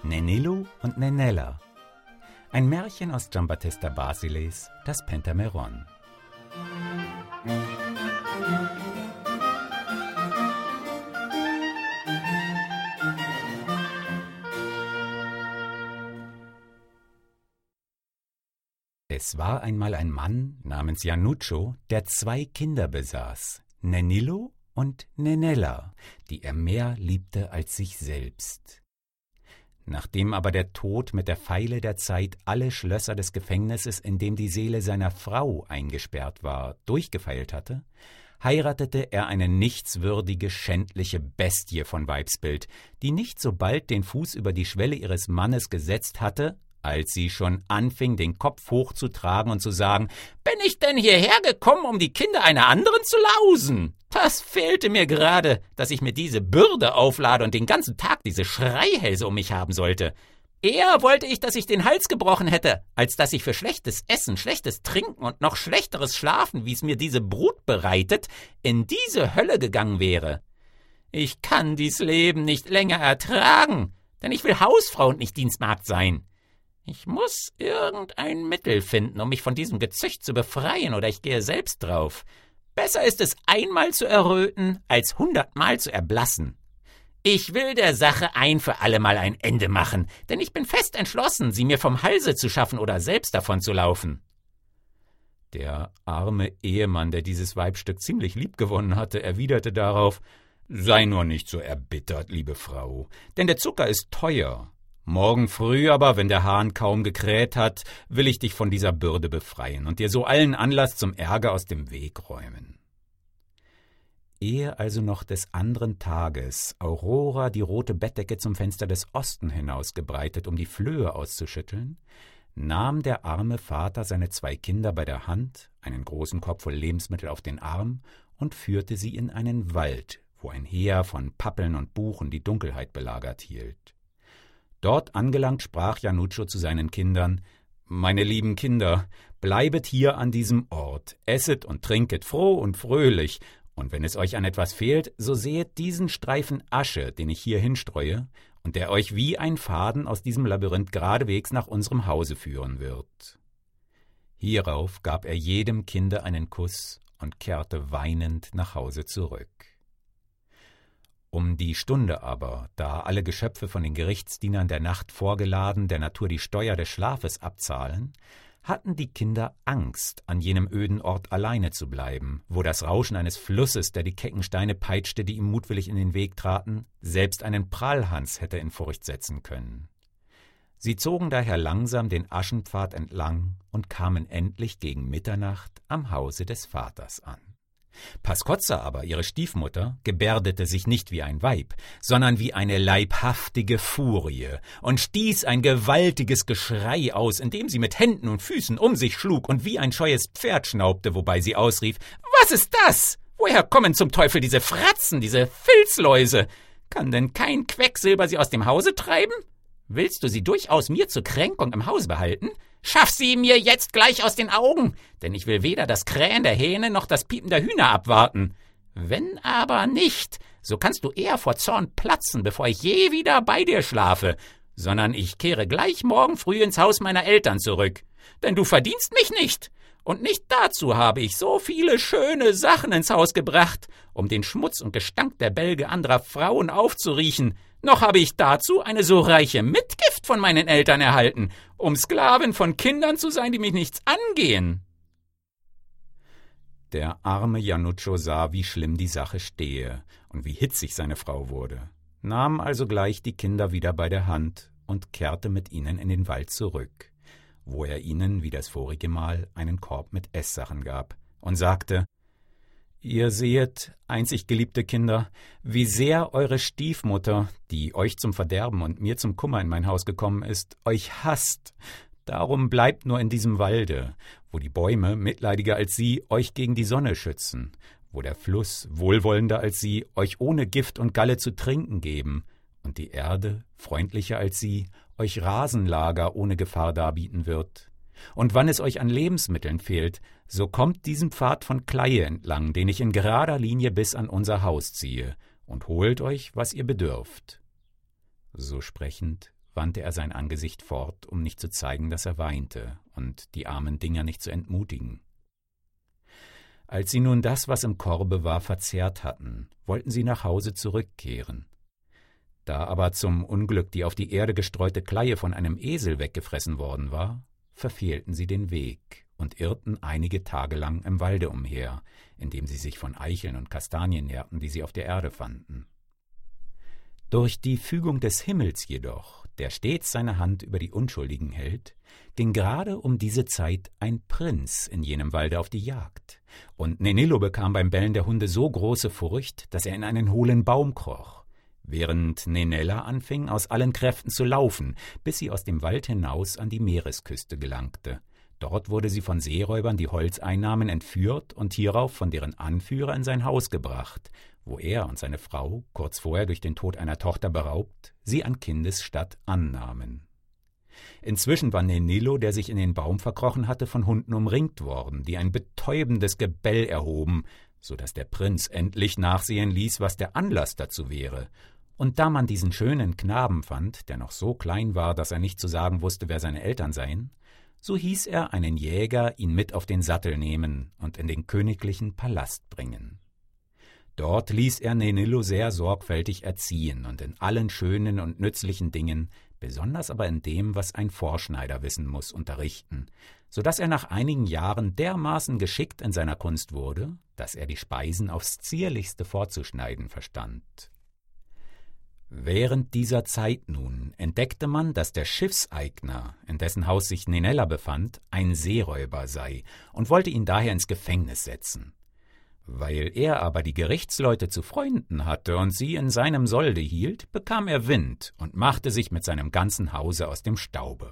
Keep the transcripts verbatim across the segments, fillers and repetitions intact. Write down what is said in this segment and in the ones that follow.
Nenilo und Nenella. Ein Märchen aus Giambattista Basiles, das Pentameron. Es war einmal ein Mann namens Januccio, der zwei Kinder besaß, Nenilo und Nenella, die er mehr liebte als sich selbst. Nachdem aber der Tod mit der Feile der Zeit alle Schlösser des Gefängnisses, in dem die Seele seiner Frau eingesperrt war, durchgefeilt hatte, heiratete er eine nichtswürdige, schändliche Bestie von Weibsbild, die nicht so bald den Fuß über die Schwelle ihres Mannes gesetzt hatte, als sie schon anfing, den Kopf hochzutragen und zu sagen, »Bin ich denn hierher gekommen, um die Kinder einer anderen zu lausen? Das fehlte mir gerade, dass ich mir diese Bürde auflade und den ganzen Tag diese Schreihälse um mich haben sollte. Eher wollte ich, dass ich den Hals gebrochen hätte, als dass ich für schlechtes Essen, schlechtes Trinken und noch schlechteres Schlafen, wie es mir diese Brut bereitet, in diese Hölle gegangen wäre. Ich kann dies Leben nicht länger ertragen, denn ich will Hausfrau und nicht Dienstmagd sein. Ich muss irgendein Mittel finden, um mich von diesem Gezücht zu befreien, oder ich gehe selbst drauf. Besser ist es, einmal zu erröten, als hundertmal zu erblassen. Ich will der Sache ein für allemal ein Ende machen, denn ich bin fest entschlossen, sie mir vom Halse zu schaffen oder selbst davon zu laufen.« Der arme Ehemann, der dieses Weibstück ziemlich liebgewonnen hatte, erwiderte darauf, »Sei nur nicht so erbittert, liebe Frau, denn der Zucker ist teuer. Morgen früh aber, wenn der Hahn kaum gekräht hat, will ich dich von dieser Bürde befreien und dir so allen Anlass zum Ärger aus dem Weg räumen.« Ehe also noch des anderen Tages Aurora die rote Bettdecke zum Fenster des Osten hinausgebreitet, um die Flöhe auszuschütteln, nahm der arme Vater seine zwei Kinder bei der Hand, einen großen Korb voll Lebensmittel auf den Arm und führte sie in einen Wald, wo ein Heer von Pappeln und Buchen die Dunkelheit belagert hielt. Dort angelangt, sprach Januccio zu seinen Kindern, »Meine lieben Kinder, bleibet hier an diesem Ort, esset und trinket froh und fröhlich, und wenn es euch an etwas fehlt, so sehet diesen Streifen Asche, den ich hier hinstreue, und der euch wie ein Faden aus diesem Labyrinth geradewegs nach unserem Hause führen wird.« Hierauf gab er jedem Kinde einen Kuss und kehrte weinend nach Hause zurück. Um die Stunde aber, da alle Geschöpfe von den Gerichtsdienern der Nacht vorgeladen der Natur die Steuer des Schlafes abzahlen, hatten die Kinder Angst, an jenem öden Ort alleine zu bleiben, wo das Rauschen eines Flusses, der die kecken Steine peitschte, die ihm mutwillig in den Weg traten, selbst einen Prahlhans hätte in Furcht setzen können. Sie zogen daher langsam den Aschenpfad entlang und kamen endlich gegen Mitternacht am Hause des Vaters an. Paskotza aber, ihre Stiefmutter, gebärdete sich nicht wie ein Weib, sondern wie eine leibhaftige Furie und stieß ein gewaltiges Geschrei aus, indem sie mit Händen und Füßen um sich schlug und wie ein scheues Pferd schnaubte, wobei sie ausrief, »Was ist das? Woher kommen zum Teufel diese Fratzen, diese Filzläuse? Kann denn kein Quecksilber sie aus dem Hause treiben? Willst du sie durchaus mir zur Kränkung im Hause behalten? Schaff sie mir jetzt gleich aus den Augen, denn ich will weder das Krähen der Hähne noch das Piepen der Hühner abwarten. Wenn aber nicht, so kannst du eher vor Zorn platzen, bevor ich je wieder bei dir schlafe, sondern ich kehre gleich morgen früh ins Haus meiner Eltern zurück. Denn du verdienst mich nicht, und nicht dazu habe ich so viele schöne Sachen ins Haus gebracht, um den Schmutz und Gestank der Bälge anderer Frauen aufzuriechen, noch habe ich dazu eine so reiche Mitgift von meinen Eltern erhalten, um Sklavin von Kindern zu sein, die mich nichts angehen.« Der arme Januccio sah, wie schlimm die Sache stehe und wie hitzig seine Frau wurde, nahm also gleich die Kinder wieder bei der Hand und kehrte mit ihnen in den Wald zurück, wo er ihnen, wie das vorige Mal, einen Korb mit Esssachen gab und sagte, »Ihr sehet, einzig geliebte Kinder, wie sehr eure Stiefmutter, die euch zum Verderben und mir zum Kummer in mein Haus gekommen ist, euch hasst. Darum bleibt nur in diesem Walde, wo die Bäume, mitleidiger als sie, euch gegen die Sonne schützen, wo der Fluss, wohlwollender als sie, euch ohne Gift und Galle zu trinken geben, und die Erde, freundlicher als sie, euch Rasenlager ohne Gefahr darbieten wird. Und wann es euch an Lebensmitteln fehlt, so kommt diesen Pfad von Kleie entlang, den ich in gerader Linie bis an unser Haus ziehe, und holt euch, was ihr bedürft.« So sprechend wandte er sein Angesicht fort, um nicht zu zeigen, dass er weinte, und die armen Dinger nicht zu entmutigen. Als sie nun das, was im Korbe war, verzehrt hatten, wollten sie nach Hause zurückkehren. Da aber zum Unglück die auf die Erde gestreute Kleie von einem Esel weggefressen worden war, verfehlten sie den Weg und irrten einige Tage lang im Walde umher, indem sie sich von Eicheln und Kastanien nährten, die sie auf der Erde fanden. Durch die Fügung des Himmels jedoch, der stets seine Hand über die Unschuldigen hält, ging gerade um diese Zeit ein Prinz in jenem Walde auf die Jagd, und Nenillo bekam beim Bellen der Hunde so große Furcht, dass er in einen hohlen Baum kroch, während Nenella anfing, aus allen Kräften zu laufen, bis sie aus dem Wald hinaus an die Meeresküste gelangte. Dort wurde sie von Seeräubern, die Holz einnahmen, entführt und hierauf von deren Anführer in sein Haus gebracht, wo er und seine Frau, kurz vorher durch den Tod einer Tochter beraubt, sie an Kindesstatt annahmen. Inzwischen war Nenillo, der sich in den Baum verkrochen hatte, von Hunden umringt worden, die ein betäubendes Gebell erhoben, so daß der Prinz endlich nachsehen ließ, was der Anlass dazu wäre. Und da man diesen schönen Knaben fand, der noch so klein war, dass er nicht zu sagen wusste, wer seine Eltern seien, so hieß er einen Jäger, ihn mit auf den Sattel nehmen und in den königlichen Palast bringen. Dort ließ er Nenillo sehr sorgfältig erziehen und in allen schönen und nützlichen Dingen, besonders aber in dem, was ein Vorschneider wissen muß, unterrichten, so daß er nach einigen Jahren dermaßen geschickt in seiner Kunst wurde, dass er die Speisen aufs Zierlichste vorzuschneiden verstand. Während dieser Zeit nun entdeckte man, dass der Schiffseigner, in dessen Haus sich Nenella befand, ein Seeräuber sei und wollte ihn daher ins Gefängnis setzen. Weil er aber die Gerichtsleute zu Freunden hatte und sie in seinem Solde hielt, bekam er Wind und machte sich mit seinem ganzen Hause aus dem Staube.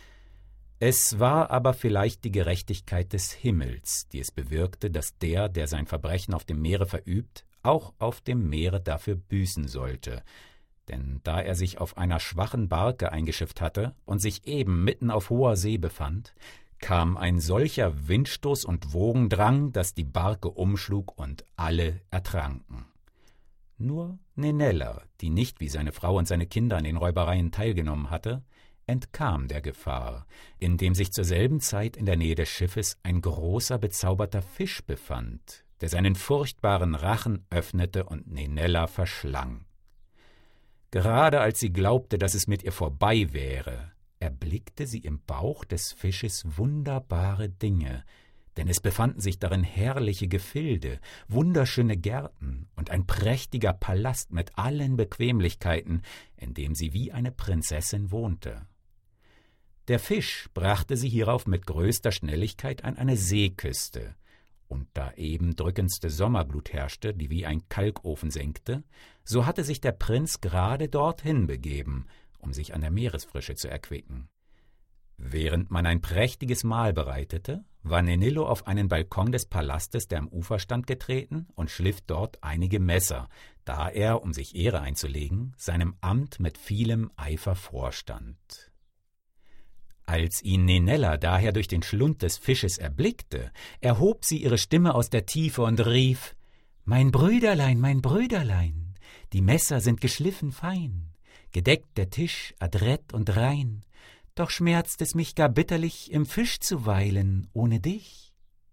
Es war aber vielleicht die Gerechtigkeit des Himmels, die es bewirkte, dass der, der sein Verbrechen auf dem Meere verübt, auch auf dem Meere dafür büßen sollte. Denn da er sich auf einer schwachen Barke eingeschifft hatte und sich eben mitten auf hoher See befand, kam ein solcher Windstoß und Wogendrang, dass die Barke umschlug und alle ertranken. Nur Nenella, die nicht wie seine Frau und seine Kinder an den Räubereien teilgenommen hatte, entkam der Gefahr, indem sich zur selben Zeit in der Nähe des Schiffes ein großer, bezauberter Fisch befand, der seinen furchtbaren Rachen öffnete und Nenella verschlang. Gerade als sie glaubte, dass es mit ihr vorbei wäre, erblickte sie im Bauch des Fisches wunderbare Dinge, denn es befanden sich darin herrliche Gefilde, wunderschöne Gärten und ein prächtiger Palast mit allen Bequemlichkeiten, in dem sie wie eine Prinzessin wohnte. Der Fisch brachte sie hierauf mit größter Schnelligkeit an eine Seeküste, und da eben drückendste Sommerglut herrschte, die wie ein Kalkofen senkte, so hatte sich der Prinz gerade dorthin begeben, um sich an der Meeresfrische zu erquicken. Während man ein prächtiges Mahl bereitete, war Nenillo auf einen Balkon des Palastes, der am Ufer stand, getreten und schliff dort einige Messer, da er, um sich Ehre einzulegen, seinem Amt mit vielem Eifer vorstand. Als ihn Nenella daher durch den Schlund des Fisches erblickte, erhob sie ihre Stimme aus der Tiefe und rief: »Mein Brüderlein, mein Brüderlein, die Messer sind geschliffen fein, gedeckt der Tisch adrett und rein, doch schmerzt es mich gar bitterlich, im Fisch zu weilen, ohne dich.«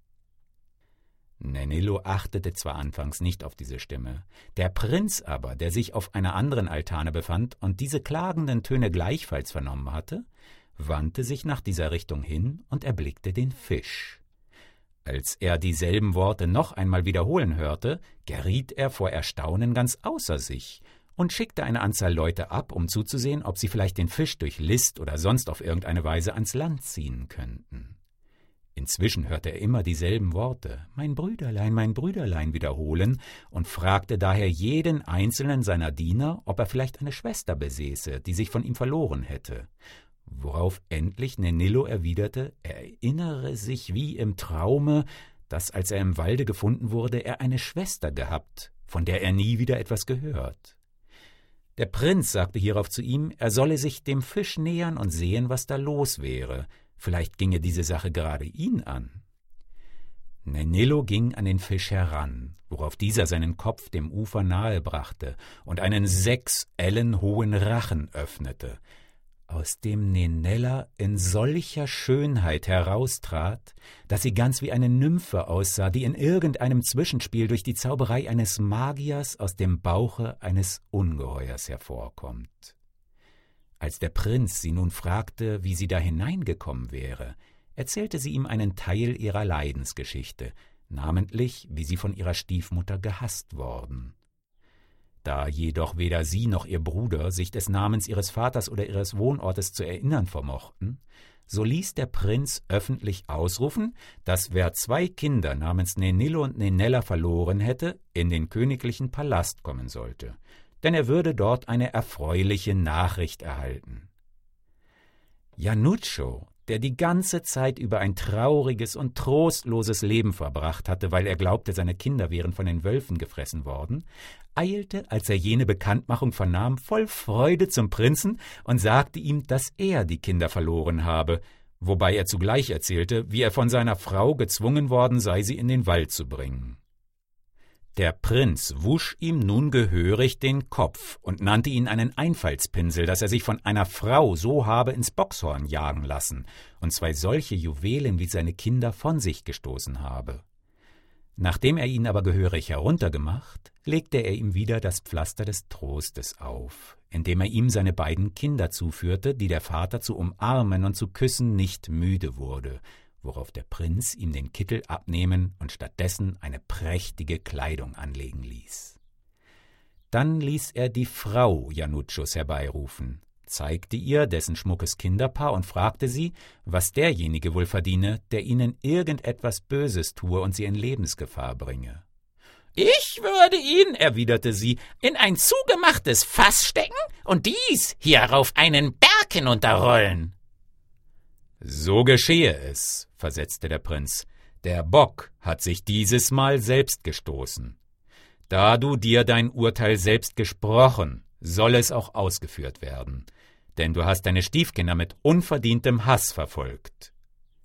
Nenillo achtete zwar anfangs nicht auf diese Stimme, der Prinz aber, der sich auf einer anderen Altane befand und diese klagenden Töne gleichfalls vernommen hatte, wandte sich nach dieser Richtung hin und erblickte den Fisch. Als er dieselben Worte noch einmal wiederholen hörte, geriet er vor Erstaunen ganz außer sich und schickte eine Anzahl Leute ab, um zuzusehen, ob sie vielleicht den Fisch durch List oder sonst auf irgendeine Weise ans Land ziehen könnten. Inzwischen hörte er immer dieselben Worte, »Mein Brüderlein, mein Brüderlein« wiederholen und fragte daher jeden einzelnen seiner Diener, ob er vielleicht eine Schwester besäße, die sich von ihm verloren hätte. Worauf endlich Nenillo erwiderte, er erinnere sich wie im Traume, dass, als er im Walde gefunden wurde, er eine Schwester gehabt, von der er nie wieder etwas gehört. Der Prinz sagte hierauf zu ihm, er solle sich dem Fisch nähern und sehen, was da los wäre. Vielleicht ginge diese Sache gerade ihn an. Nenillo ging an den Fisch heran, worauf dieser seinen Kopf dem Ufer nahe brachte und einen sechs Ellen hohen Rachen öffnete. aus dem Nenella in solcher Schönheit heraustrat, dass sie ganz wie eine Nymphe aussah, die in irgendeinem Zwischenspiel durch die Zauberei eines Magiers aus dem Bauche eines Ungeheuers hervorkommt. Als der Prinz sie nun fragte, wie sie da hineingekommen wäre, erzählte sie ihm einen Teil ihrer Leidensgeschichte, namentlich, wie sie von ihrer Stiefmutter gehasst worden. Da jedoch weder sie noch ihr Bruder sich des Namens ihres Vaters oder ihres Wohnortes zu erinnern vermochten, so ließ der Prinz öffentlich ausrufen, dass wer zwei Kinder namens Nenillo und Nenella verloren hätte, in den königlichen Palast kommen sollte, denn er würde dort eine erfreuliche Nachricht erhalten. Januccio, der die ganze Zeit über ein trauriges und trostloses Leben verbracht hatte, weil er glaubte, seine Kinder wären von den Wölfen gefressen worden, eilte, als er jene Bekanntmachung vernahm, voll Freude zum Prinzen und sagte ihm, dass er die Kinder verloren habe, wobei er zugleich erzählte, wie er von seiner Frau gezwungen worden sei, sie in den Wald zu bringen. Der Prinz wusch ihm nun gehörig den Kopf und nannte ihn einen Einfallspinsel, dass er sich von einer Frau so habe ins Bockshorn jagen lassen und zwei solche Juwelen wie seine Kinder von sich gestoßen habe. Nachdem er ihn aber gehörig heruntergemacht, legte er ihm wieder das Pflaster des Trostes auf, indem er ihm seine beiden Kinder zuführte, die der Vater zu umarmen und zu küssen nicht müde wurde, worauf der Prinz ihm den Kittel abnehmen und stattdessen eine prächtige Kleidung anlegen ließ. Dann ließ er die Frau Januccios herbeirufen, zeigte ihr dessen schmuckes Kinderpaar und fragte sie, was derjenige wohl verdiene, der ihnen irgendetwas Böses tue und sie in Lebensgefahr bringe. »Ich würde ihn«, erwiderte sie, »in ein zugemachtes Fass stecken und dies hier auf einen Berg hinunterrollen.« »So geschehe es«, versetzte der Prinz, »der Bock hat sich dieses Mal selbst gestoßen. Da du dir dein Urteil selbst gesprochen, soll es auch ausgeführt werden, denn du hast deine Stiefkinder mit unverdientem Hass verfolgt.«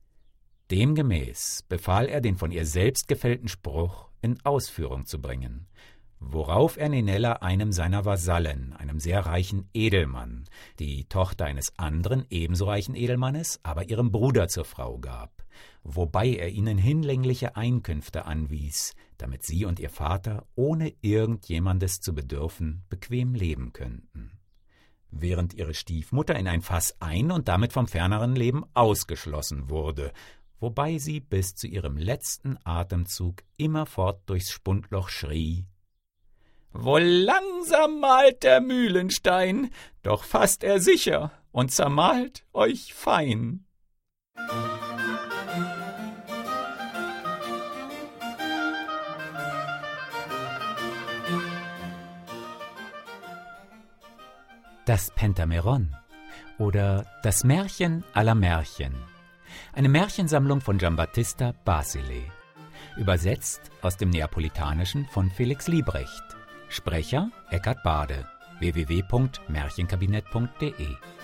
Demgemäß befahl er, den von ihr selbst gefällten Spruch in Ausführung zu bringen, worauf er Nenella einem seiner Vasallen, einem sehr reichen Edelmann, die Tochter eines anderen ebenso reichen Edelmannes, aber ihrem Bruder zur Frau gab, wobei er ihnen hinlängliche Einkünfte anwies, damit sie und ihr Vater, ohne irgendjemandes zu bedürfen, bequem leben könnten, während ihre Stiefmutter in ein Fass ein- und damit vom ferneren Leben ausgeschlossen wurde, wobei sie bis zu ihrem letzten Atemzug immerfort durchs Spundloch schrie: »Wohl langsam mahlt der Mühlenstein, doch fasst er sicher und zermahlt euch fein.« Das Pentameron oder Das Märchen aller Märchen. Eine Märchensammlung von Giambattista Basile. Übersetzt aus dem Neapolitanischen von Felix Liebrecht. Sprecher Eckhard Bade. w w w punkt märchenkabinett punkt de